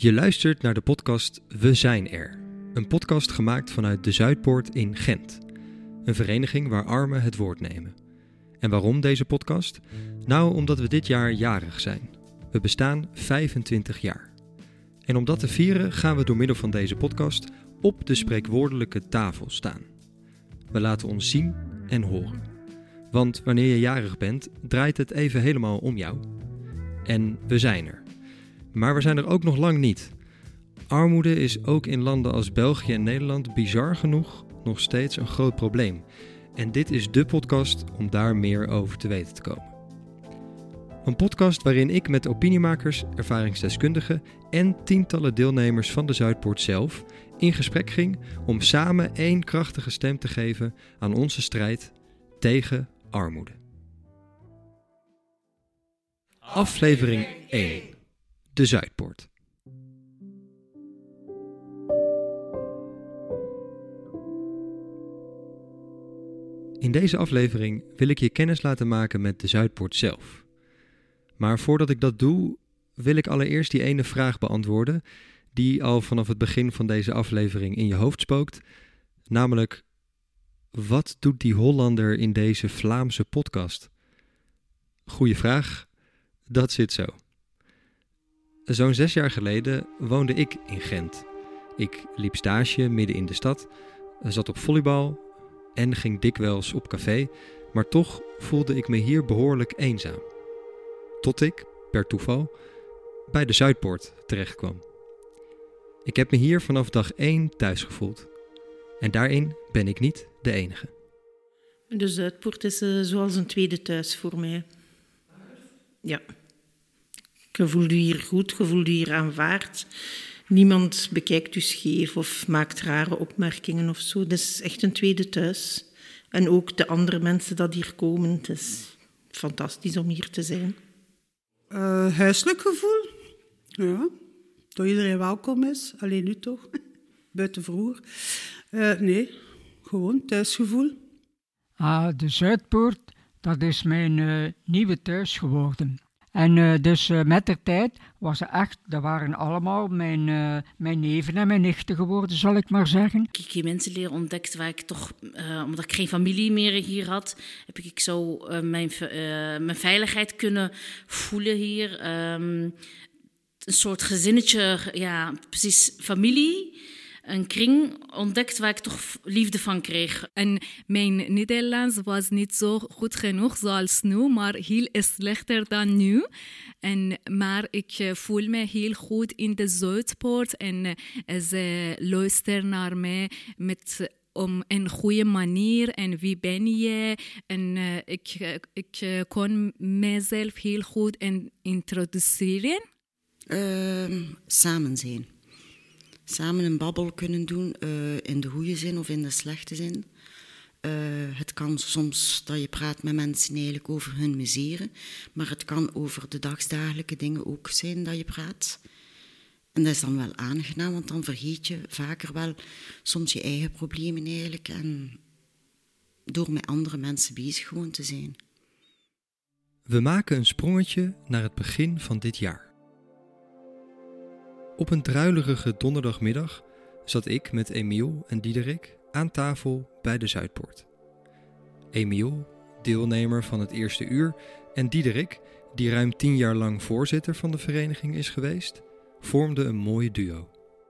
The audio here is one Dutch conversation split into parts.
Je luistert naar de podcast We zijn er. Een podcast gemaakt vanuit de Zuidpoort in Gent. Een vereniging waar armen het woord nemen. En waarom deze podcast? Nou, omdat we dit jaar jarig zijn. We bestaan 25 jaar. En om dat te vieren gaan we door middel van deze podcast op de spreekwoordelijke tafel staan. We laten ons zien en horen. Want wanneer je jarig bent, draait het even helemaal om jou. En we zijn er. Maar we zijn er ook nog lang niet. Armoede is ook in landen als België en Nederland bizar genoeg nog steeds een groot probleem. En dit is de podcast om daar meer over te weten te komen. Een podcast waarin ik met opiniemakers, ervaringsdeskundigen en tientallen deelnemers van de Zuidpoort zelf in gesprek ging om samen één krachtige stem te geven aan onze strijd tegen armoede. Aflevering 1. De Zuidpoort. In deze aflevering wil ik je kennis laten maken met de Zuidpoort zelf. Maar voordat ik dat doe, wil ik allereerst die ene vraag beantwoorden die al vanaf het begin van deze aflevering in je hoofd spookt. Namelijk, wat doet die Hollander in deze Vlaamse podcast? Goeie vraag, dat zit zo. Zo'n 6 jaar geleden woonde ik in Gent. Ik liep stage midden in de stad, zat op volleybal en ging dikwijls op café, maar toch voelde ik me hier behoorlijk eenzaam. Tot ik, per toeval, bij de Zuidpoort terechtkwam. Ik heb me hier vanaf dag 1 thuis gevoeld. En daarin ben ik niet de enige. De Zuidpoort is zoals een tweede thuis voor mij. Ja. Je voelt je hier goed, je voelt je hier aanvaard. Niemand bekijkt je scheef of maakt rare opmerkingen of zo. Dat is echt een tweede thuis. En ook de andere mensen die hier komen. Het is fantastisch om hier te zijn. Huiselijk gevoel. Ja. Dat iedereen welkom is. Alleen nu toch. Buiten vroeger. Nee, gewoon thuisgevoel. De Zuidpoort, dat is mijn nieuwe thuis geworden. En dus met de tijd was het echt, dat waren allemaal mijn neven en mijn nichten geworden, zal ik maar zeggen. Ik heb mensen leren ontdekt waar ik toch, omdat ik geen familie meer hier had, heb ik zo mijn veiligheid kunnen voelen hier. Een soort gezinnetje, ja, precies familie. Een kring ontdekt waar ik toch liefde van kreeg. En mijn Nederlands was niet zo goed genoeg zoals nu, maar heel slechter dan nu. Maar ik voel me heel goed in de Zuidpoort en ze luisteren naar mij op een goede manier. En wie ben je? En ik kon mezelf heel goed introduceren. Samen zijn. Samen een babbel kunnen doen, in de goede zin of in de slechte zin. Het kan soms dat je praat met mensen eigenlijk over hun misère, maar het kan over de dagdagelijke dingen ook zijn dat je praat. En dat is dan wel aangenaam, want dan vergeet je vaker wel soms je eigen problemen eigenlijk en door met andere mensen bezig gewoon te zijn. We maken een sprongetje naar het begin van dit jaar. Op een druilerige donderdagmiddag zat ik met Emiel en Diederik aan tafel bij de Zuidpoort. Emiel, deelnemer van het eerste uur, en Diederik, die ruim 10 jaar lang voorzitter van de vereniging is geweest, vormden een mooi duo.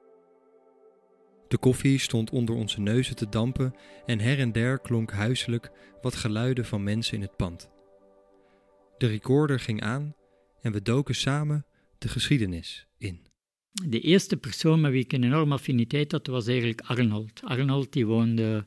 De koffie stond onder onze neuzen te dampen en her en der klonk huiselijk wat geluiden van mensen in het pand. De recorder ging aan en we doken samen de geschiedenis in. De eerste persoon met wie ik een enorme affiniteit had, was eigenlijk Arnold. Arnold die woonde,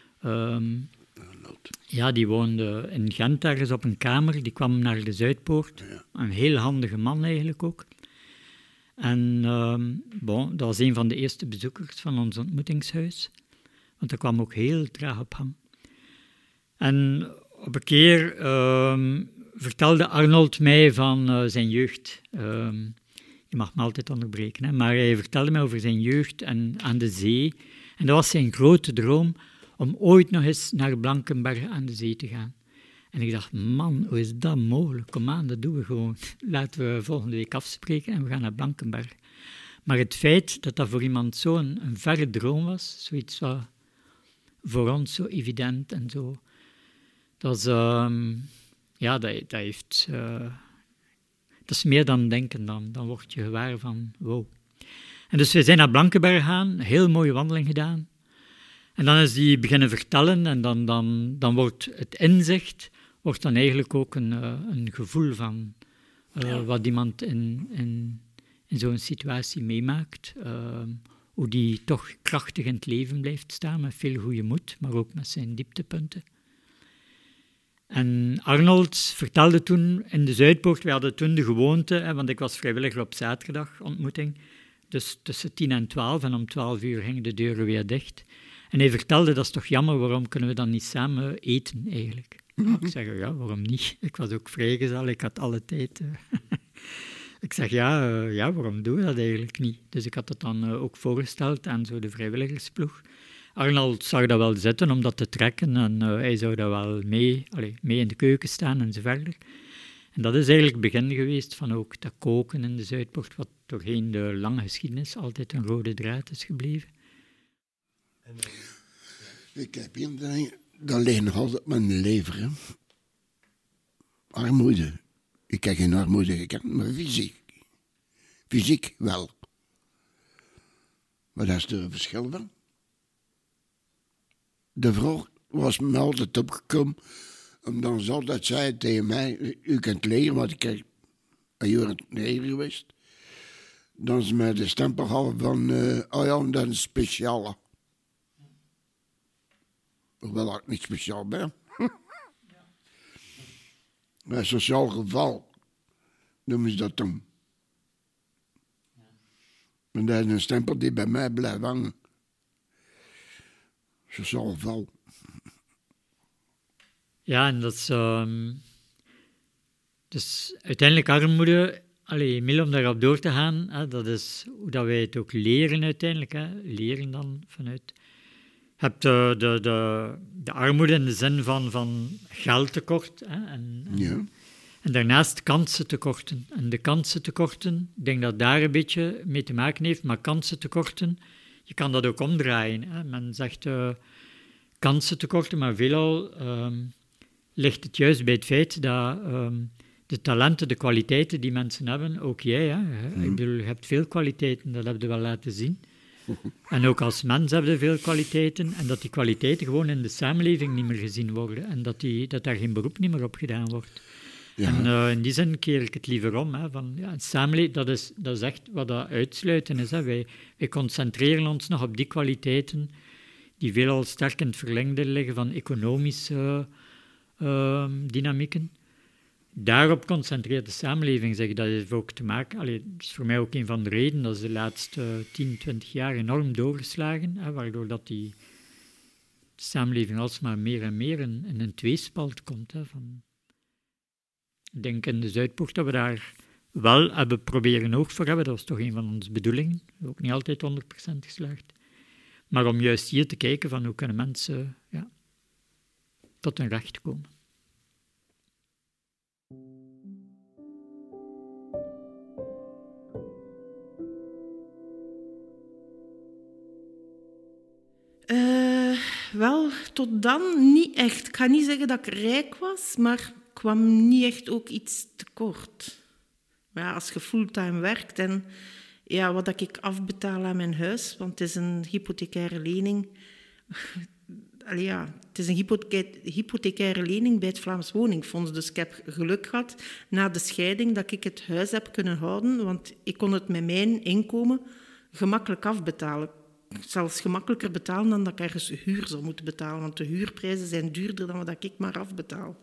die woonde in Gent ergens op een kamer. Die kwam naar de Zuidpoort. Ja. Een heel handige man eigenlijk ook. En dat was een van de eerste bezoekers van ons ontmoetingshuis. Want dat kwam ook heel traag op gang. En op een keer vertelde Arnold mij van zijn jeugd. Je mag me altijd onderbreken, hè? Maar hij vertelde mij over zijn jeugd en aan de zee. En dat was zijn grote droom om ooit nog eens naar Blankenberge aan de zee te gaan. En ik dacht, man, hoe is dat mogelijk? Kom aan, dat doen we gewoon. Laten we volgende week afspreken en we gaan naar Blankenberge. Maar het feit dat dat voor iemand zo'n een verre droom was, zoiets wat voor ons zo evident en zo, dat is, dat heeft... dat is meer dan denken dan word je gewaar van wow. En dus we zijn naar Blankenberg gegaan, een heel mooie wandeling gedaan. En dan is die beginnen vertellen en dan wordt het inzicht wordt dan eigenlijk ook een gevoel van wat iemand in zo'n situatie meemaakt. Hoe die toch krachtig in het leven blijft staan, met veel goede moed, maar ook met zijn dieptepunten. En Arnold vertelde toen in de Zuidpoort, we hadden toen de gewoonte, want ik was vrijwilliger op zaterdag ontmoeting, dus tussen 10 en 12, en om 12 uur gingen de deuren weer dicht. En hij vertelde, dat is toch jammer, waarom kunnen we dan niet samen eten eigenlijk? Ik zeg, ja, waarom niet? Ik was ook vrijgezel, ik had alle tijd. Ik zeg, waarom doen we dat eigenlijk niet? Dus ik had het dan ook voorgesteld aan zo de vrijwilligersploeg. Arnold zag dat wel zitten om dat te trekken en hij zou dat wel mee in de keuken staan en zo verder. En dat is eigenlijk het begin geweest van ook dat koken in de Zuidpoort, wat doorheen de lange geschiedenis altijd een rode draad is gebleven. Ik heb hier, dat ligt nog altijd mijn lever. Hè. Armoede. Ik heb geen armoede gekend, maar fysiek. Fysiek wel. Maar daar is er een verschil van. De vrouw was me altijd opgekomen, omdat ze altijd zei tegen mij, u kunt leren, want ik heb een jaar in het leger geweest. Dan ze mij de stempel hadden van, dat is speciale. Hoewel ik niet speciaal ben. Een sociaal geval noemen ze dat dan. En dat is een stempel die bij mij blijft hangen. Sociaal geval. Ja, en dat is... dus uiteindelijk armoede... Emile, om daarop door te gaan, dat is hoe dat wij het ook leren uiteindelijk. Leren dan vanuit... Je hebt de armoede in de zin van geldtekort. En daarnaast kansentekorten. En de kansentekorten, ik denk dat daar een beetje mee te maken heeft, maar kansentekorten, je kan dat ook omdraaien. Men zegt kansentekorten, maar veelal ligt het juist bij het feit dat de talenten, de kwaliteiten die mensen hebben, ook jij, ik bedoel, je hebt veel kwaliteiten, dat heb je wel laten zien. En ook als mens hebben we veel kwaliteiten en dat die kwaliteiten gewoon in de samenleving niet meer gezien worden en dat daar geen beroep niet meer op gedaan wordt. Ja. En in die zin keer ik het liever om. Het samenleving, dat is echt wat dat uitsluiten is. Wij concentreren ons nog op die kwaliteiten die veelal sterk in het verlengde liggen van economische dynamieken. Daarop concentreert de samenleving zich. Dat heeft ook te maken... dat is voor mij ook een van de redenen dat ze de laatste 10, 20 jaar enorm doorgeslagen, waardoor dat die samenleving alsmaar meer en meer in een tweespalt komt. Ik denk in de Zuidpoort dat we daar wel hebben proberen oog voor hebben. Dat was toch een van onze bedoelingen. Ook niet altijd 100% geslaagd. Maar om juist hier te kijken van hoe kunnen mensen tot hun recht komen. Wel, tot dan niet echt. Ik ga niet zeggen dat ik rijk was, maar kwam niet echt ook iets tekort. Maar ja, als je fulltime werkt en wat ik afbetaal aan mijn huis, want het is een hypothecaire lening. Het is een hypothecaire lening bij het Vlaams Woningfonds. Dus ik heb geluk gehad na de scheiding dat ik het huis heb kunnen houden, want ik kon het met mijn inkomen gemakkelijk afbetalen. Zelfs gemakkelijker betalen dan dat ik ergens huur zou moeten betalen, want de huurprijzen zijn duurder dan wat ik maar afbetaal.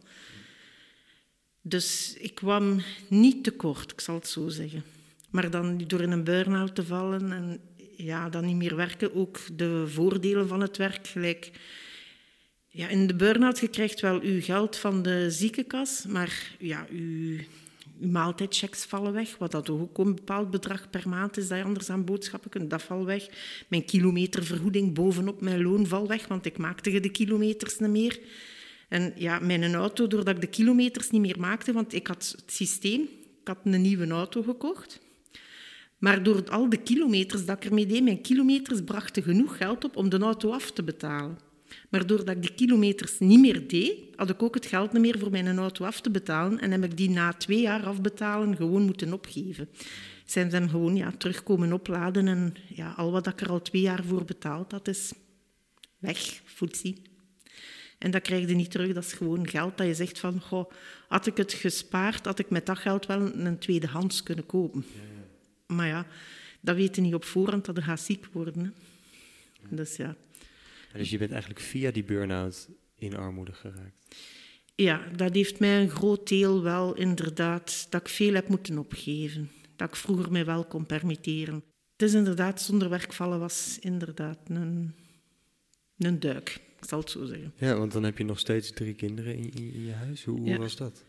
Dus ik kwam niet tekort, ik zal het zo zeggen. Maar dan door in een burn-out te vallen en dan niet meer werken, ook de voordelen van het werk, gelijk... Ja, in de burn-out, je krijgt wel uw geld van de ziekenkas, maar uw maaltijdchecks vallen weg, wat dat ook een bepaald bedrag per maand is dat je anders aan boodschappen kunt, dat valt weg. Mijn kilometervergoeding bovenop mijn loon valt weg, want ik maakte de kilometers niet meer. En mijn auto, doordat ik de kilometers niet meer maakte, want ik had het systeem, ik had een nieuwe auto gekocht. Maar door al de kilometers dat ik ermee deed, mijn kilometers brachten genoeg geld op om de auto af te betalen. Maar doordat ik die kilometers niet meer deed, had ik ook het geld niet meer voor mijn auto af te betalen en heb ik die na 2 jaar afbetalen gewoon moeten opgeven. Zijn ze hem gewoon terugkomen opladen en al wat ik er al 2 jaar voor betaald had, is weg, foetsie. En dat krijg je niet terug, dat is gewoon geld dat je zegt van, goh, had ik het gespaard, had ik met dat geld wel een tweedehands kunnen kopen. Ja. Maar dat weet je niet op voorhand, dat je gaat ziek worden. Hè. Ja. Dus ja. Dus je bent eigenlijk via die burn-out in armoede geraakt? Ja, dat heeft mij een groot deel wel inderdaad, dat ik veel heb moeten opgeven. Dat ik vroeger mij wel kon permitteren. Het is inderdaad, zonder werk vallen was inderdaad een duik. Ik zal het zo zeggen. Ja, want dan heb je nog steeds 3 kinderen in je huis. Hoe was dat?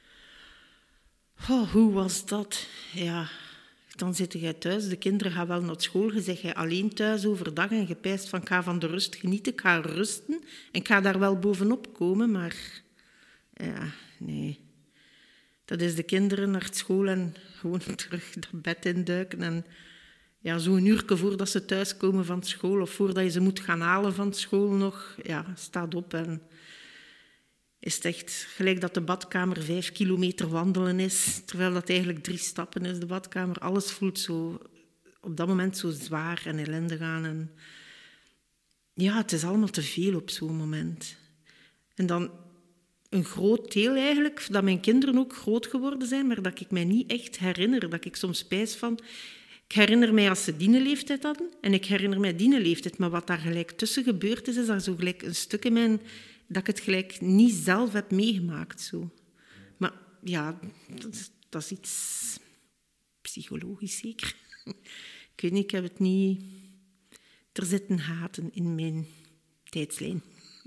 Oh, hoe was dat? Ja, dan zit jij thuis. De kinderen gaan wel naar school. Je zegt jij alleen thuis overdag en je pijst van ik ga van de rust genieten. Ik ga rusten en ik ga daar wel bovenop komen. Maar nee. Dat is de kinderen naar school en gewoon terug dat bed induiken. En zo'n uurtje voordat ze thuiskomen van school of voordat je ze moet gaan halen van school nog, staat op. En is het echt gelijk dat de badkamer 5 kilometer wandelen is, terwijl dat eigenlijk 3 stappen is, de badkamer. Alles voelt zo, op dat moment zo zwaar en ellendig aan. En het is allemaal te veel op zo'n moment. En dan een groot deel eigenlijk, dat mijn kinderen ook groot geworden zijn, maar dat ik mij niet echt herinner. Dat ik soms spijs van... Ik herinner mij als ze die leeftijd hadden en ik herinner mij die leeftijd. Maar wat daar gelijk tussen gebeurd is daar zo gelijk een stuk in mijn... dat ik het gelijk niet zelf heb meegemaakt. Zo. Maar dat is iets psychologisch zeker. Ik weet niet, ik heb het niet... Er zitten gaten in mijn tijdslijn.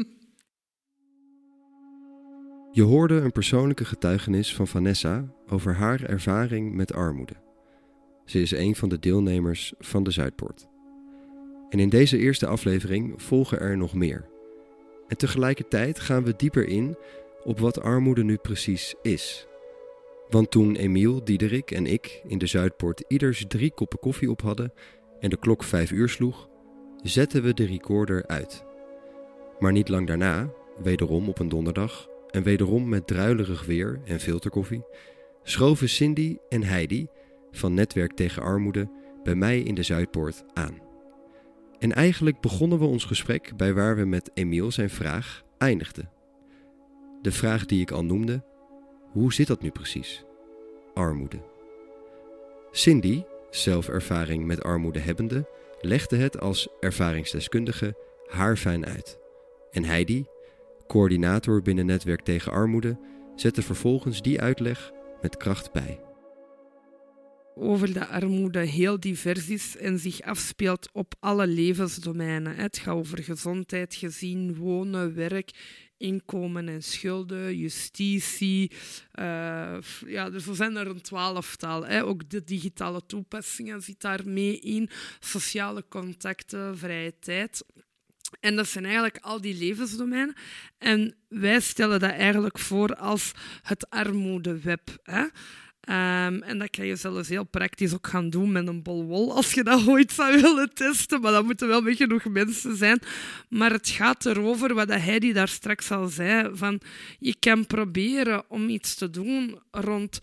Je hoorde een persoonlijke getuigenis van Vanessa over haar ervaring met armoede. Ze is een van de deelnemers van de Zuidpoort. En in deze eerste aflevering volgen er nog meer. En tegelijkertijd gaan we dieper in op wat armoede nu precies is. Want toen Emiel, Diederik en ik in de Zuidpoort ieders 3 koppen koffie op hadden en de klok 5 uur sloeg, zetten we de recorder uit. Maar niet lang daarna, wederom op een donderdag en wederom met druilerig weer en filterkoffie, schoven Cindy en Heidi van Netwerk tegen Armoede bij mij in de Zuidpoort aan. En eigenlijk begonnen we ons gesprek bij waar we met Emiel zijn vraag eindigden. De vraag die ik al noemde: hoe zit dat nu precies? Armoede. Cindy, zelfervaring met armoede hebbende, legde het als ervaringsdeskundige haarfijn uit. En Heidi, coördinator binnen Netwerk tegen Armoede, zette vervolgens die uitleg met kracht bij. Over dat armoede heel divers is en zich afspeelt op alle levensdomeinen. Het gaat over gezondheid, gezin, wonen, werk, inkomen en schulden, justitie. Dus er zijn er een 12-tal. Ook de digitale toepassingen zit daar mee in. Sociale contacten, vrije tijd. En dat zijn eigenlijk al die levensdomeinen. En wij stellen dat eigenlijk voor als het armoedeweb. En dat kan je zelfs heel praktisch ook gaan doen met een bol wol, als je dat ooit zou willen testen. Maar dat moeten wel met genoeg mensen zijn. Maar het gaat erover, wat Heidi daar straks al zei, van je kan proberen om iets te doen rond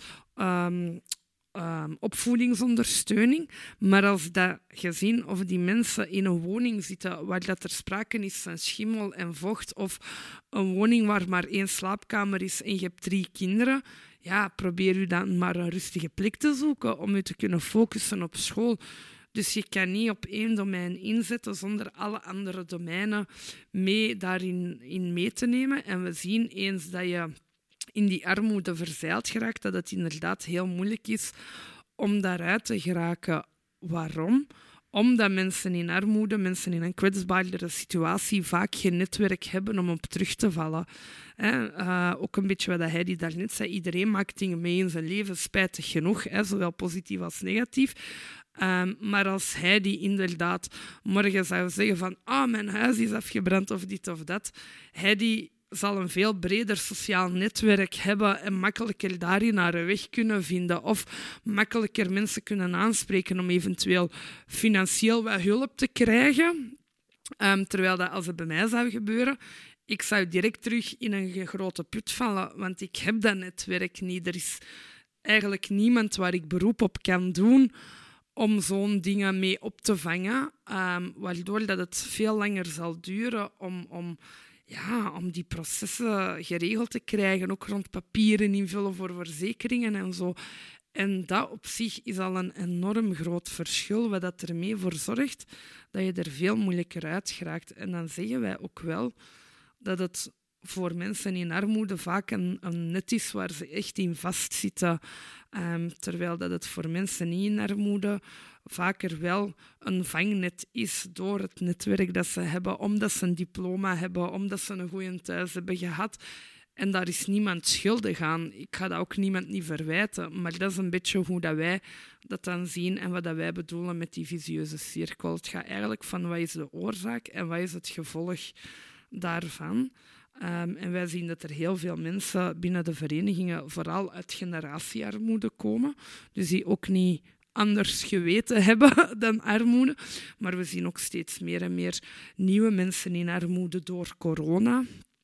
opvoedingsondersteuning. Maar als dat gezin of die mensen in een woning zitten waar dat er sprake is van schimmel en vocht, of een woning waar maar 1 slaapkamer is en je hebt 3 kinderen, probeer u dan maar een rustige plek te zoeken om je te kunnen focussen op school. Dus je kan niet op 1 domein inzetten zonder alle andere domeinen daarin mee te nemen. En we zien eens dat je in die armoede verzeild geraakt, dat het inderdaad heel moeilijk is om daaruit te geraken. Waarom? Omdat mensen in armoede, mensen in een kwetsbaardere situatie, vaak geen netwerk hebben om op terug te vallen. Ook een beetje wat Heidi daarnet zei, iedereen maakt dingen mee in zijn leven, spijtig genoeg, zowel positief als negatief. Maar als Heidi inderdaad morgen zou zeggen van mijn huis is afgebrand of dit of dat, Heidi zal een veel breder sociaal netwerk hebben en makkelijker daarin naar een weg kunnen vinden of makkelijker mensen kunnen aanspreken om eventueel financieel wat hulp te krijgen. Terwijl dat als het bij mij zou gebeuren, ik zou direct terug in een grote put vallen, want ik heb dat netwerk niet. Er is eigenlijk niemand waar ik beroep op kan doen om zo'n dingen mee op te vangen, waardoor dat het veel langer zal duren om die processen geregeld te krijgen, ook rond papieren invullen voor verzekeringen en zo. En dat op zich is al een enorm groot verschil, wat dat ermee voor zorgt dat je er veel moeilijker uit geraakt. En dan zeggen wij ook wel dat het voor mensen in armoede vaak een net is waar ze echt in vastzitten. Terwijl dat het voor mensen niet in armoede vaker wel een vangnet is door het netwerk dat ze hebben, omdat ze een diploma hebben, omdat ze een goede thuis hebben gehad. En daar is niemand schuldig aan. Ik ga dat ook niemand niet verwijten. Maar dat is een beetje hoe dat wij dat dan zien en wat dat wij bedoelen met die visieuze cirkel. Het gaat eigenlijk van wat is de oorzaak en wat is het gevolg daarvan. En wij zien dat er heel veel mensen binnen de verenigingen vooral uit generatiearmoede komen. Dus die ook niet anders geweten hebben dan armoede. Maar we zien ook steeds meer en meer nieuwe mensen in armoede door corona.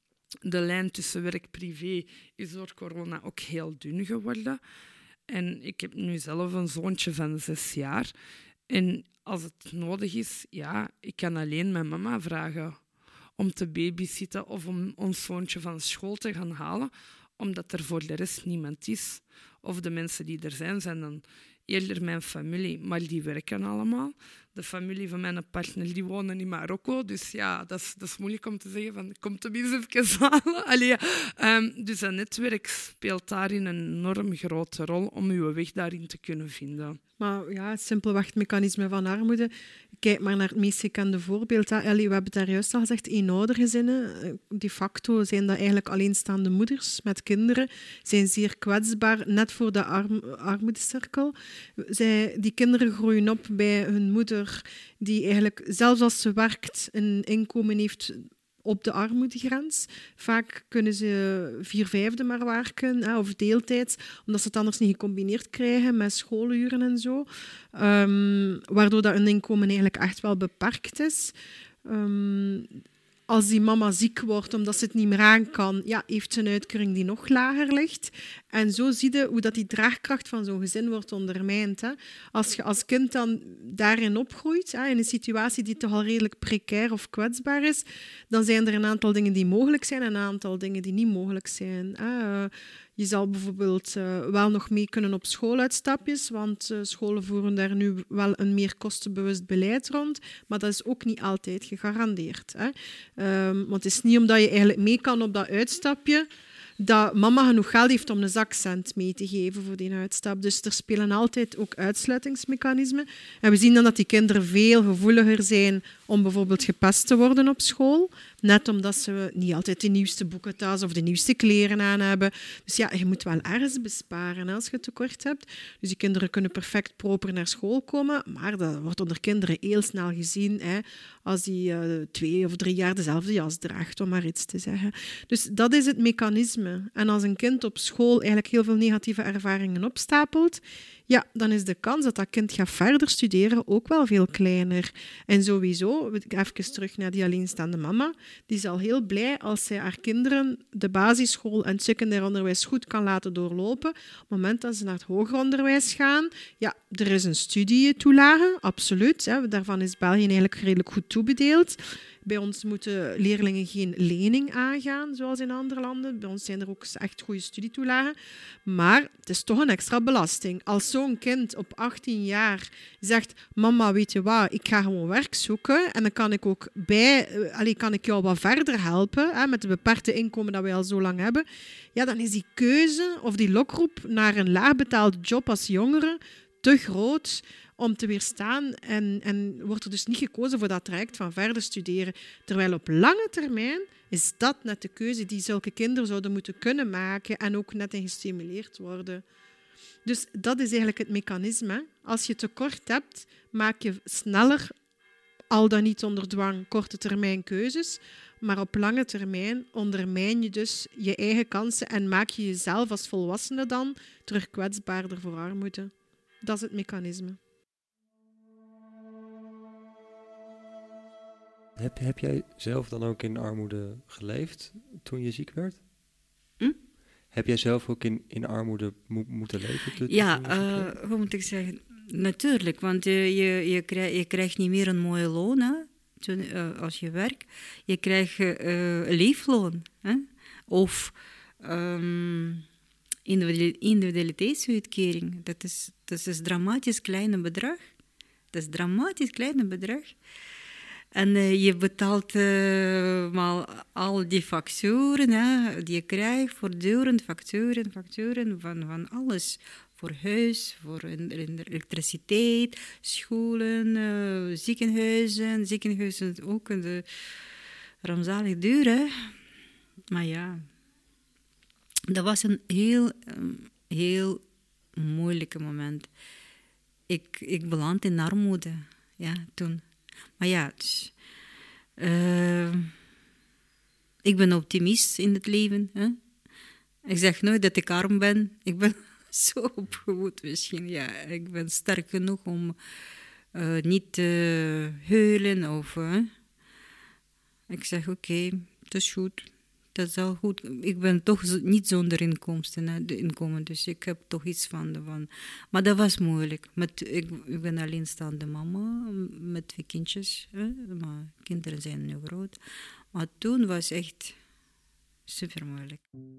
De lijn tussen werk-privé is door corona ook heel dun geworden. En ik heb nu zelf een zoontje van 6 jaar. En als het nodig is, ja, ik kan alleen mijn mama vragen om te babysitten of om ons zoontje van school te gaan halen, omdat er voor de rest niemand is. Of de mensen die er zijn dan eerder mijn familie, maar die werken allemaal. De familie van mijn partner die wonen in Marokko, dus ja, dat is moeilijk om te zeggen van kom tenminste even halen. Allee, dus dat netwerk speelt daarin een enorm grote rol om uw weg daarin te kunnen vinden. Maar ja, het simpelweg het mechanisme van armoede. Kijk maar naar het meest gekende voorbeeld. We hebben het daar juist al gezegd, eenoudergezinnen. De facto zijn dat eigenlijk alleenstaande moeders met kinderen. Zijn zeer kwetsbaar, net voor de armoedecirkel. Die kinderen groeien op bij hun moeder, die eigenlijk, zelfs als ze werkt, een inkomen heeft op de armoedegrens. Vaak kunnen ze 4/5 maar werken, of deeltijds, omdat ze het anders niet gecombineerd krijgen met schooluren en zo. Waardoor dat hun inkomen eigenlijk echt wel beperkt is. Als die mama ziek wordt omdat ze het niet meer aan kan, ja, heeft ze een uitkering die nog lager ligt. En zo zie je hoe dat die draagkracht van zo'n gezin wordt ondermijnd. Hè. Als je als kind dan daarin opgroeit, in een situatie die toch al redelijk precair of kwetsbaar is, dan zijn er een aantal dingen die mogelijk zijn en een aantal dingen die niet mogelijk zijn. Je zal bijvoorbeeld wel nog mee kunnen op schooluitstapjes, want scholen voeren daar nu wel een meer kostenbewust beleid rond, maar dat is ook niet altijd gegarandeerd. Hè. Want het is niet omdat je eigenlijk mee kan op dat uitstapje, dat mama genoeg geld heeft om een zakcent mee te geven voor die uitstap. Dus er spelen altijd ook uitsluitingsmechanismen. En we zien dan dat die kinderen veel gevoeliger zijn om bijvoorbeeld gepest te worden op school. Net omdat ze niet altijd de nieuwste boeken thuis of de nieuwste kleren aan hebben. Dus ja, je moet wel ergens besparen als je tekort hebt. Dus die kinderen kunnen perfect proper naar school komen, maar dat wordt onder kinderen heel snel gezien als die 2 of 3 jaar dezelfde jas draagt, om maar iets te zeggen. Dus dat is het mechanisme. En als een kind op school eigenlijk heel veel negatieve ervaringen opstapelt, ja, dan is de kans dat dat kind gaat verder studeren ook wel veel kleiner. En sowieso, even terug naar die alleenstaande mama, die is al heel blij als zij haar kinderen de basisschool en het secundair onderwijs goed kan laten doorlopen. Op het moment dat ze naar het hoger onderwijs gaan, ja, er is een studietoelage, absoluut. Daarvan is België eigenlijk redelijk goed toebedeeld. Bij ons moeten leerlingen geen lening aangaan, zoals in andere landen. Bij ons zijn er ook echt goede studietoelagen. Maar het is toch een extra belasting. Als zo'n kind op 18 jaar zegt, mama, weet je wat, ik ga gewoon werk zoeken en dan kan ik ook kan ik jou wat verder helpen met het beperkte inkomen dat wij al zo lang hebben. Ja, dan is die keuze of die lokroep naar een laagbetaalde job als jongere te groot om te weerstaan en wordt er dus niet gekozen voor dat traject van verder studeren. Terwijl op lange termijn is dat net de keuze die zulke kinderen zouden moeten kunnen maken en ook net in gestimuleerd worden. Dus dat is eigenlijk het mechanisme. Als je tekort hebt, maak je sneller al dan niet onder dwang, korte termijn keuzes. Maar op lange termijn ondermijn je dus je eigen kansen en maak je jezelf als volwassene dan terug kwetsbaarder voor armoede. Dat is het mechanisme. Heb jij zelf dan ook in armoede geleefd toen je ziek werd? Heb jij zelf ook in armoede moeten leven? Hoe moet ik zeggen? Natuurlijk, want je krijgt niet meer een mooie loon hè, als je werkt. Je krijgt leefloon. Hè? Of individualiteitsuitkering. Dat is een dramatisch kleine bedrag. Dat is een dramatisch kleine bedrag. En je betaalt maar al die facturen die je krijgt, voortdurend facturen van alles. Voor huis, voor elektriciteit, scholen, ziekenhuizen ook rampzalig duur. Hè? Maar ja, dat was een heel moeilijk moment. Ik belandde in armoede toen. Maar ja, dus, ik ben optimist in het leven. Hè? Ik zeg nooit dat ik arm ben. Ik ben zo opgevoed misschien. Ja, ik ben sterk genoeg om niet te huilen. Ik zeg oké, dat is goed. Dat is al goed. Ik ben toch niet zonder inkomen, dus ik heb toch iets van. Maar dat was moeilijk. Ik ben alleenstaande mama met 2 kindjes. Maar kinderen zijn nu groot. Maar toen was het echt super moeilijk.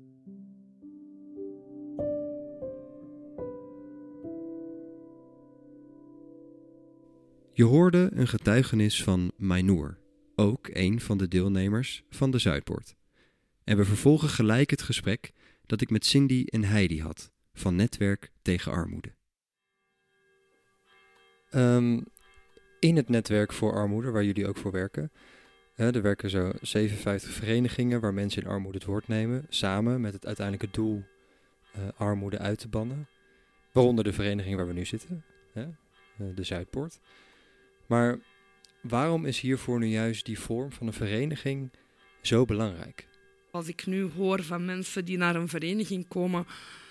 Je hoorde een getuigenis van Mainur, ook een van de deelnemers van de Zuidpoort. En we vervolgen gelijk het gesprek dat ik met Cindy en Heidi had, van Netwerk tegen Armoede. In het Netwerk voor Armoede, waar jullie ook voor werken, er werken zo 57 verenigingen waar mensen in armoede het woord nemen, samen met het uiteindelijke doel armoede uit te bannen. Waaronder de vereniging waar we nu zitten, de Zuidpoort. Maar waarom is hiervoor nu juist die vorm van een vereniging zo belangrijk? Als ik nu hoor van mensen die naar een vereniging komen,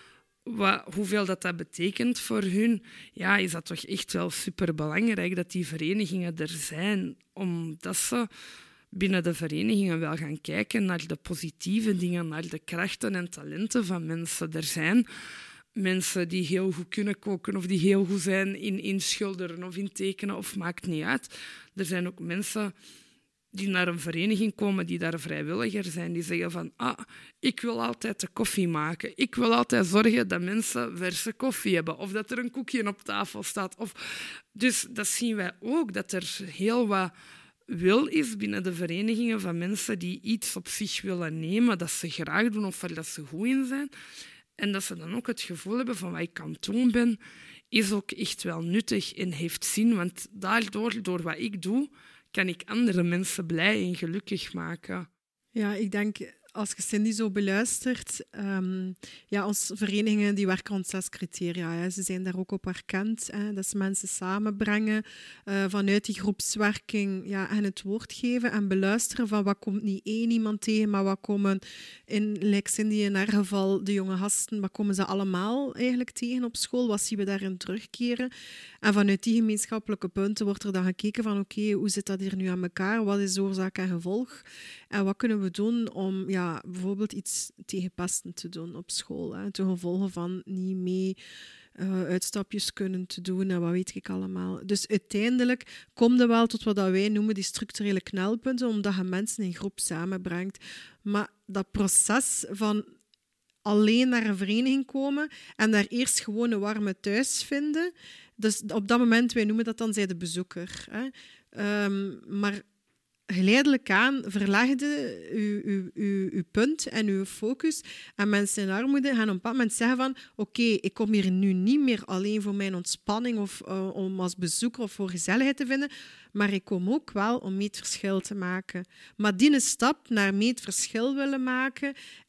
hoeveel dat betekent voor hun, ja, is dat toch echt wel superbelangrijk dat die verenigingen er zijn. Omdat ze binnen de verenigingen wel gaan kijken naar de positieve dingen, naar de krachten en talenten van mensen. Er zijn mensen die heel goed kunnen koken of die heel goed zijn in schilderen of in tekenen, of maakt niet uit. Er zijn ook mensen die naar een vereniging komen, die daar vrijwilliger zijn, die zeggen van, ik wil altijd de koffie maken. Ik wil altijd zorgen dat mensen verse koffie hebben, of dat er een koekje op tafel staat. Dus dat zien wij ook, dat er heel wat wil is binnen de verenigingen van mensen die iets op zich willen nemen, dat ze graag doen of waar dat ze goed in zijn. En dat ze dan ook het gevoel hebben van wat ik aan het doen ben, is ook echt wel nuttig en heeft zin. Want door wat ik doe, kan ik andere mensen blij en gelukkig maken. Ja, ik denk, als je Cindy zo beluistert, onze verenigingen die werken rond 6 criteria. Hè. Ze zijn daar ook op erkend. Hè. Dat ze mensen samenbrengen, vanuit die groepswerking hen het woord geven en beluisteren van wat komt niet één iemand tegen, maar wat komen, like Cindy in haar geval, de jonge gasten, wat komen ze allemaal eigenlijk tegen op school? Wat zien we daarin terugkeren? En vanuit die gemeenschappelijke punten wordt er dan gekeken van oké, hoe zit dat hier nu aan elkaar? Wat is oorzaak en gevolg? En wat kunnen we doen om bijvoorbeeld iets tegen pesten te doen op school? Hè? Ten gevolge van niet mee uitstapjes kunnen te doen en wat weet ik allemaal. Dus uiteindelijk komt er wel tot wat wij noemen die structurele knelpunten, omdat je mensen in groep samenbrengt. Maar dat proces van alleen naar een vereniging komen en daar eerst gewoon een warme thuis vinden, dus op dat moment, wij noemen dat dan zij de bezoeker. Hè. Maar geleidelijk aan verlaagde uw punt en uw focus. En mensen in armoede gaan op een bepaald moment zeggen van oké, ik kom hier nu niet meer alleen voor mijn ontspanning of om als bezoeker of voor gezelligheid te vinden, maar ik kom ook wel om mee het verschil te maken. Maar die stap naar mee het verschil willen maken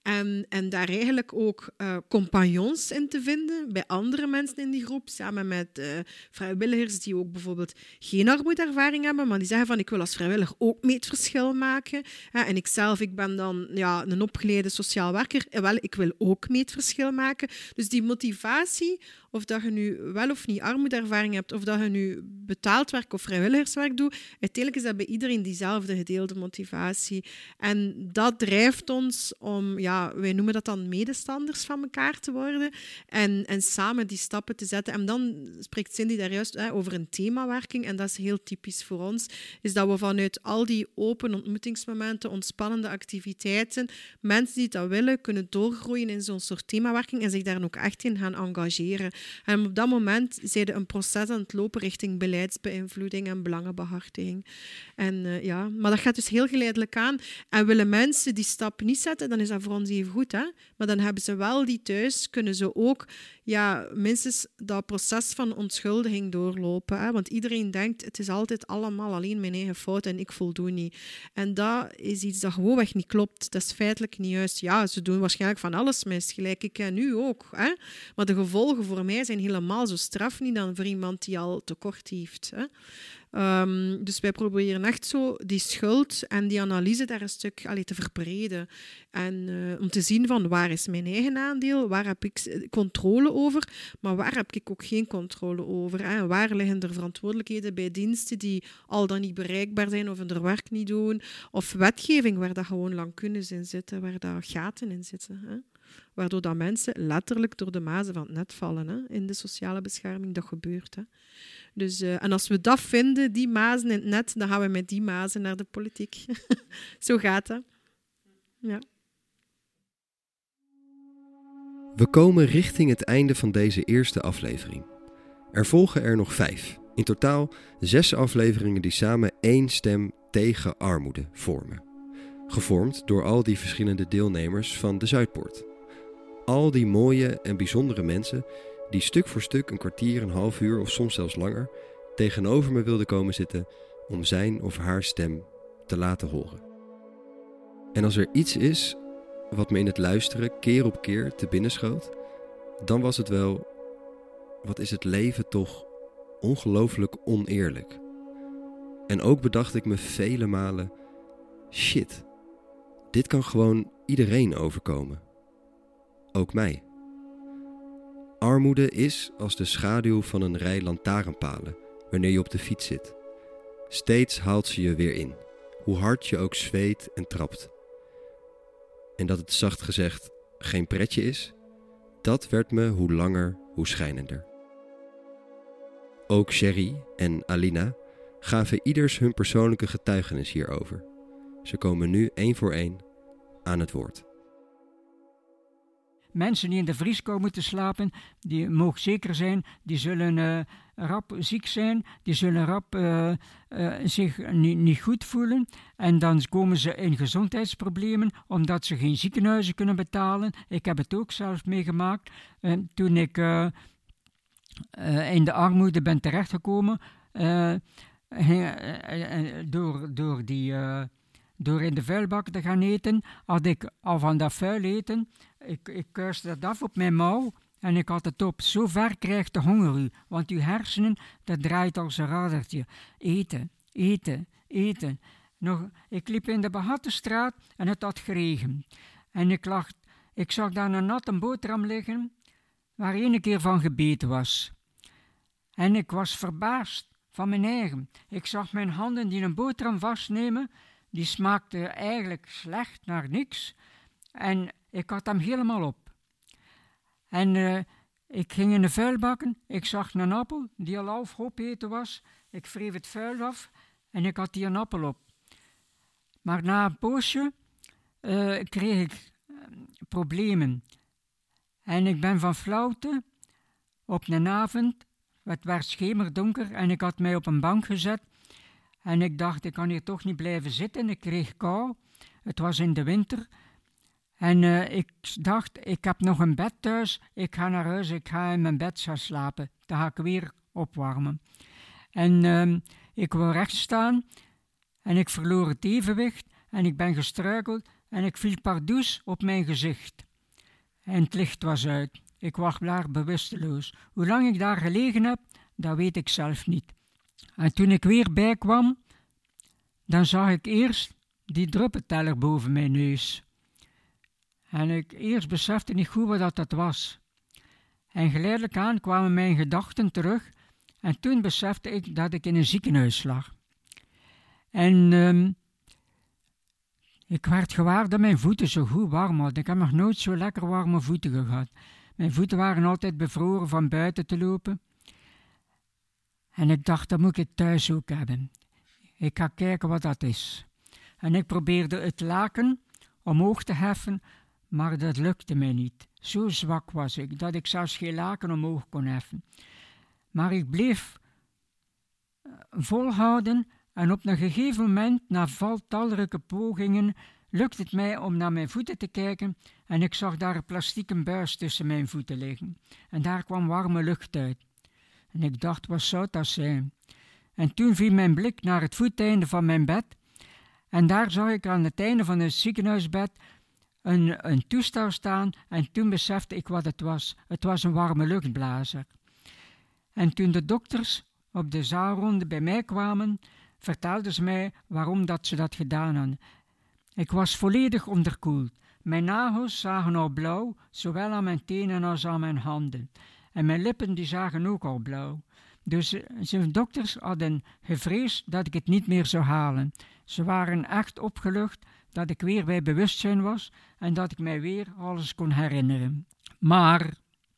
En daar eigenlijk ook compagnons in te vinden bij andere mensen in die groep, samen met vrijwilligers die ook bijvoorbeeld geen armoedervaring hebben, maar die zeggen van ik wil als vrijwilliger ook mee het verschil maken. En ik ben dan een opgeleide sociaal werker. Wel, ik wil ook mee het verschil maken. Dus die motivatie, of dat je nu wel of niet armoedervaring hebt, of dat je nu betaald werk of vrijwilligerswerk doet, uiteindelijk is dat bij iedereen diezelfde gedeelde motivatie. En dat drijft ons om, wij noemen dat dan medestanders van elkaar te worden en samen die stappen te zetten. En dan spreekt Cindy daar juist over een themawerking, en dat is heel typisch voor ons, is dat we vanuit al die open ontmoetingsmomenten, ontspannende activiteiten, mensen die dat willen, kunnen doorgroeien in zo'n soort themawerking en zich daar ook echt in gaan engageren. En op dat moment zijn een proces aan het lopen richting beleidsbeïnvloeding en belangenbehartiging. Maar dat gaat dus heel geleidelijk aan. En willen mensen die stap niet zetten, dan is dat voor ons even goed. Hè? Maar dan hebben ze wel die thuis, kunnen ze ook minstens dat proces van onschuldiging doorlopen. Hè? Want iedereen denkt, het is altijd allemaal alleen mijn eigen fout en ik voldoe niet. En dat is iets dat gewoonweg niet klopt. Dat is feitelijk niet juist. Ja, ze doen waarschijnlijk van alles mis, gelijk ik en u ook. Hè? Maar de gevolgen voor mij zijn helemaal zo straf niet dan voor iemand die al tekort heeft. Hè? Dus wij proberen echt zo die schuld en die analyse daar een stuk te verbreden. En om te zien van waar is mijn eigen aandeel, waar heb ik controle over, maar waar heb ik ook geen controle over. Hè? En waar liggen er verantwoordelijkheden bij diensten die al dan niet bereikbaar zijn of hun werk niet doen, of wetgeving waar dat gewoon lacunes in zitten, waar dat gaten in zitten. Hè? Waardoor dat mensen letterlijk door de mazen van het net vallen, hè? In de sociale bescherming. Dat gebeurt. Hè? Dus, en als we dat vinden, die mazen in het net, dan gaan we met die mazen naar de politiek. Zo gaat het. Ja. We komen richting het einde van deze eerste aflevering. Er volgen er nog 5. In totaal 6 afleveringen die samen 1 stem tegen armoede vormen. Gevormd door al die verschillende deelnemers van de Zuidpoort. Al die mooie en bijzondere mensen die stuk voor stuk een kwartier, een half uur of soms zelfs langer tegenover me wilden komen zitten om zijn of haar stem te laten horen. En als er iets is wat me in het luisteren keer op keer te binnen schoot, dan was het wel, wat is het leven toch ongelooflijk oneerlijk. En ook bedacht ik me vele malen, shit, dit kan gewoon iedereen overkomen. Ook mij. Armoede is als de schaduw van een rij lantaarnpalen wanneer je op de fiets zit. Steeds haalt ze je weer in, hoe hard je ook zweet en trapt. En dat het zacht gezegd geen pretje is, dat werd me hoe langer hoe schijnender. Ook Sherry en Alina gaven ieders hun persoonlijke getuigenis hierover. Ze komen nu 1 voor 1 aan het woord. Mensen die in de vries komen te slapen, die mogen zeker zijn, die zullen rap ziek zijn, die zullen rap zich niet goed voelen. En dan komen ze in gezondheidsproblemen, omdat ze geen ziekenhuizen kunnen betalen. Ik heb het ook zelf meegemaakt. Toen ik in de armoede ben terechtgekomen, door in de vuilbak te gaan eten, had ik al van dat vuil eten. Ik kuiste dat af op mijn mouw en ik had het op. Zo ver krijgt de honger u, want uw hersenen, dat draait als een radertje. Eten, eten, eten. Ik liep in de Behattenstraat en het had geregend. En ik zag daar een natte boterham liggen, waar 1 keer van gebeten was. En ik was verbaasd van mijn eigen. Ik zag mijn handen die een boterham vastnemen, die smaakte eigenlijk slecht naar niks. En ik had hem helemaal op. En ik ging in de vuilbakken. Ik zag een appel die al half opeten was. Ik wreef het vuil af en ik had die een appel op. Maar na een poosje kreeg ik problemen. En ik ben van flauwte op een avond, het werd schemerdonker en ik had mij op een bank gezet. En ik dacht, ik kan hier toch niet blijven zitten. Ik kreeg kou. Het was in de winter. En ik dacht, ik heb nog een bed thuis. Ik ga naar huis, ik ga in mijn bed gaan slapen. Dan ga ik weer opwarmen. En ik wil recht staan. En ik verloor het evenwicht. En ik ben gestruikeld. en ik viel pardoes op mijn gezicht. En het licht was uit. Ik was daar bewusteloos. Hoe lang ik daar gelegen heb, dat weet ik zelf niet. En toen ik weer bijkwam, dan zag ik eerst die druppelteller boven mijn neus. En ik eerst besefte niet goed wat dat was. En geleidelijk aan kwamen mijn gedachten terug en toen besefte ik dat ik in een ziekenhuis lag. En ik werd gewaar dat mijn voeten zo goed warm hadden. Ik heb nog nooit zo lekker warme voeten gehad. Mijn voeten waren altijd bevroren van buiten te lopen. En ik dacht, dat moet ik thuis ook hebben. Ik ga kijken wat dat is. En ik probeerde het laken omhoog te heffen, maar dat lukte mij niet. Zo zwak was ik, dat ik zelfs geen laken omhoog kon heffen. Maar ik bleef volhouden en op een gegeven moment, na talrijke pogingen, lukte het mij om naar mijn voeten te kijken en ik zag daar een plastieke buis tussen mijn voeten liggen. En daar kwam warme lucht uit. En ik dacht, wat zou dat zijn? En toen viel mijn blik naar het voeteinde van mijn bed en daar zag ik aan het einde van het ziekenhuisbed een toestel staan en toen besefte ik wat het was. Het was een warme luchtblazer. En toen de dokters op de zaalronde bij mij kwamen, vertelden ze mij waarom dat ze dat gedaan hadden. Ik was volledig onderkoeld. Mijn nagels zagen al blauw, zowel aan mijn tenen als aan mijn handen. En mijn lippen die zagen ook al blauw. Dus de dokters hadden gevreesd dat ik het niet meer zou halen. Ze waren echt opgelucht dat ik weer bij bewustzijn was en dat ik mij weer alles kon herinneren. Maar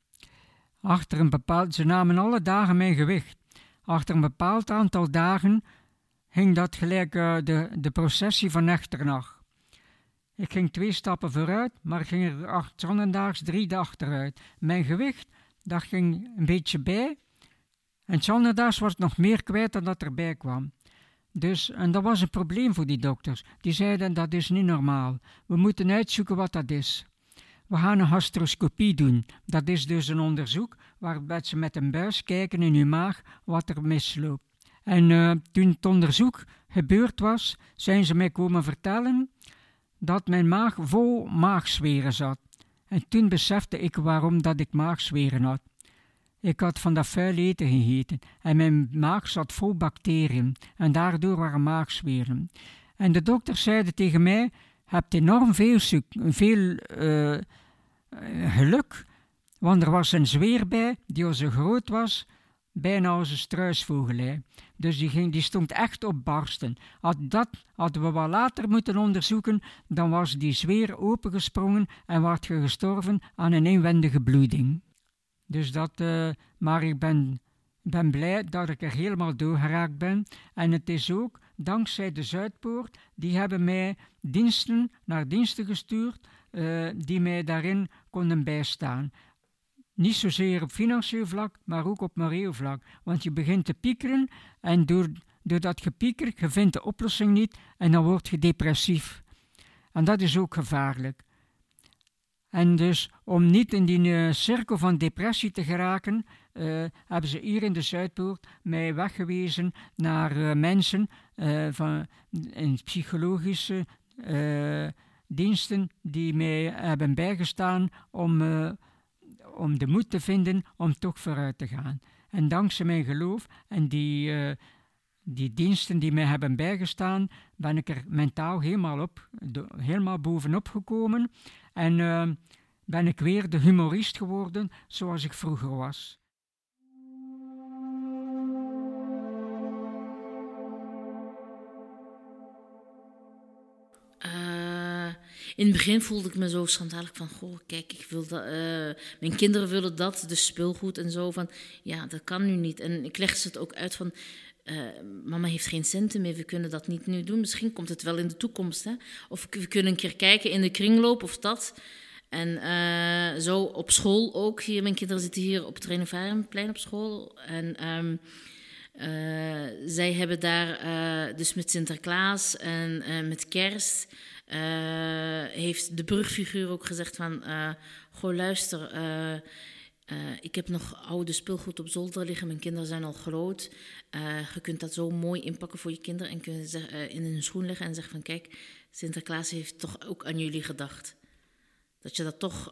ze namen alle dagen mijn gewicht. Achter een bepaald aantal dagen ging dat gelijk de processie van Echternach. Ik ging 2 stappen vooruit, maar ik ging er zondags 3 achteruit. Mijn gewicht, dat ging een beetje bij. En zondags was het nog meer kwijt dan dat erbij kwam. En dat was een probleem voor die dokters. Die zeiden, dat is niet normaal. We moeten uitzoeken wat dat is. We gaan een gastroscopie doen. Dat is dus een onderzoek waarbij ze met een buis kijken in uw maag wat er misloopt. En toen het onderzoek gebeurd was, zijn ze mij komen vertellen dat mijn maag vol maagzweren zat. En toen besefte ik waarom dat ik maagzweren had. Ik had van dat vuil eten gegeten en mijn maag zat vol bacteriën en daardoor waren maagzweren. En de dokters zeiden tegen mij, je hebt enorm veel geluk, want er was een zweer bij die al zo groot was, bijna als een struisvogelij. Dus die stond echt op barsten. Hadden we wat later moeten onderzoeken, dan was die zweer opengesprongen en werd je gestorven aan een inwendige bloeding. Dus maar ik ben blij dat ik er helemaal doorgeraakt ben. En het is ook dankzij de Zuidpoort, die hebben mij naar diensten gestuurd, die mij daarin konden bijstaan. Niet zozeer op financieel vlak, maar ook op moreel vlak. Want je begint te piekeren en door dat gepieker, je vindt de oplossing niet en dan word je depressief. En dat is ook gevaarlijk. En dus om niet in die cirkel van depressie te geraken, hebben ze hier in de Zuidpoort mij weggewezen naar mensen in psychologische diensten die mij hebben bijgestaan om de moed te vinden om toch vooruit te gaan. En dankzij mijn geloof en die diensten die mij hebben bijgestaan, ben ik er mentaal helemaal bovenop gekomen en ben ik weer de humorist geworden zoals ik vroeger was. In het begin voelde ik me zo schandalig van, goh, kijk, ik wil dat, mijn kinderen willen dat, dus speelgoed en zo, van, ja, dat kan nu niet. En ik leg ze het ook uit van, mama heeft geen centen meer, we kunnen dat niet nu doen, misschien komt het wel in de toekomst, hè? Of we kunnen een keer kijken in de kringloop of dat. En zo op school ook, hier, mijn kinderen zitten hier op het Renovariumplein op school en zij hebben daar dus met Sinterklaas en met kerst heeft de brugfiguur ook gezegd van, goh luister, Ik heb nog oude speelgoed op zolder liggen. Mijn kinderen zijn al groot. Je kunt dat zo mooi inpakken voor je kinderen en kunnen ze in hun schoen leggen en zeggen van kijk, Sinterklaas heeft toch ook aan jullie gedacht. Dat je dat toch,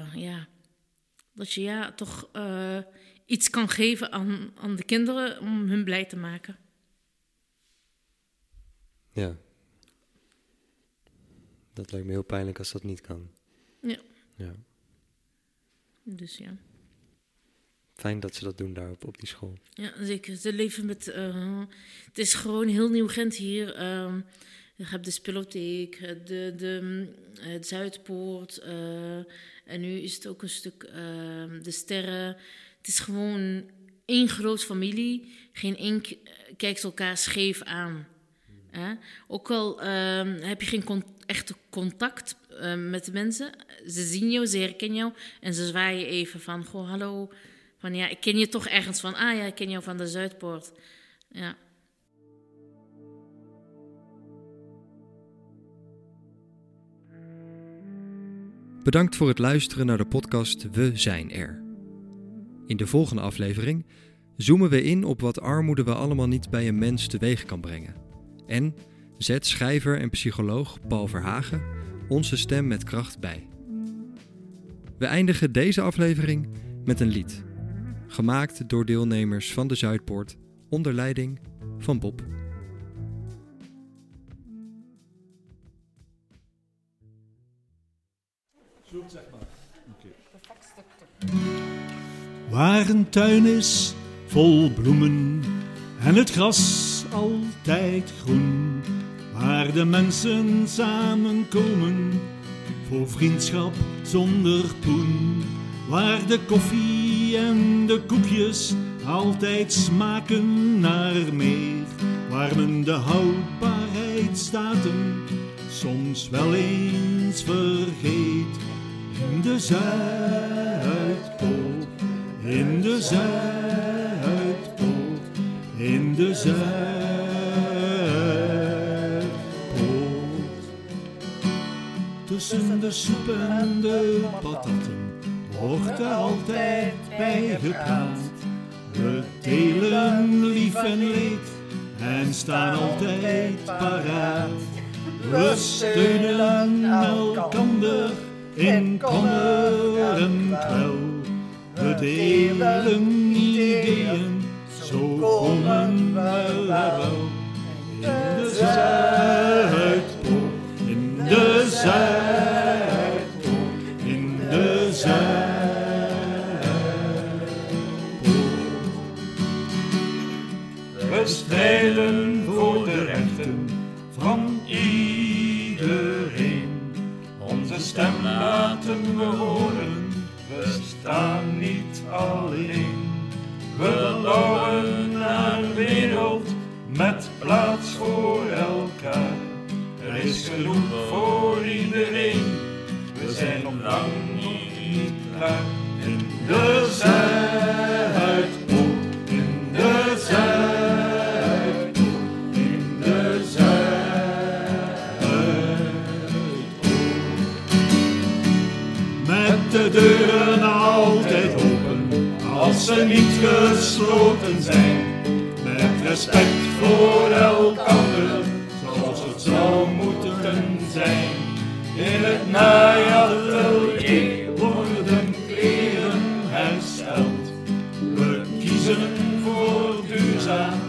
toch iets kan geven aan de kinderen om hun blij te maken. Ja. Dat lijkt me heel pijnlijk als dat niet kan. Ja. Ja. Dus ja. Fijn dat ze dat doen daar op die school. Ja, zeker. Ze leven met... het is gewoon heel Nieuw-Gent hier. Je hebt de spelotheek, het Zuidpoort. En nu is het ook een stuk de Sterren. Het is gewoon één groot familie. Geen één kijkt elkaar scheef aan. Ook al heb je geen echte contact met de mensen. Ze zien jou, ze herkennen jou. En ze zwaaien even van, goh, hallo... Van ja, ik ken je toch ergens van. Ah ja, ik ken jou van de Zuidpoort. Ja. Bedankt voor het luisteren naar de podcast We zijn er. In de volgende aflevering zoomen we in op wat armoede wel allemaal niet bij een mens teweeg kan brengen. En zet schrijver en psycholoog Paul Verhagen onze stem met kracht bij. We eindigen deze aflevering met een lied. Gemaakt door deelnemers van de Zuidpoort onder leiding van Bob. Zeg maar. Waar een tuin is vol bloemen en het gras altijd groen. Waar de mensen samenkomen voor vriendschap zonder poen. Waar de koffie en de koekjes altijd smaken naar meer. Waar men de houdbaarheidsdatum soms wel eens vergeet. In de Zuidpoort, in de Zuidpoort, in de Zuidpoort. Tussen de soep en de patatten wordt er altijd bij gepraat. We delen lief en leed en staan altijd paraat. We steunen elkander in kommer en kwel. We delen ideeën, zo komen we wel. In de Zuidpoort, in de Zuidpoort, in de Zuidpoort. We strijden voor de rechten van iedereen. Onze stem laten we horen, we staan niet alleen. We bouwen naar een wereld met plaats voor elkaar. Er is genoeg voor iedereen, we zijn nog lang niet klaar. In de Zuidpoort, in de Zuidpoort, in de Zuidpoort. Met de deuren altijd open, als ze niet gesloten zijn. Met respect voor elkander, zoals het zou moeten zijn. In het naaiatelier worden kleren hersteld. We kiezen voor duurzaam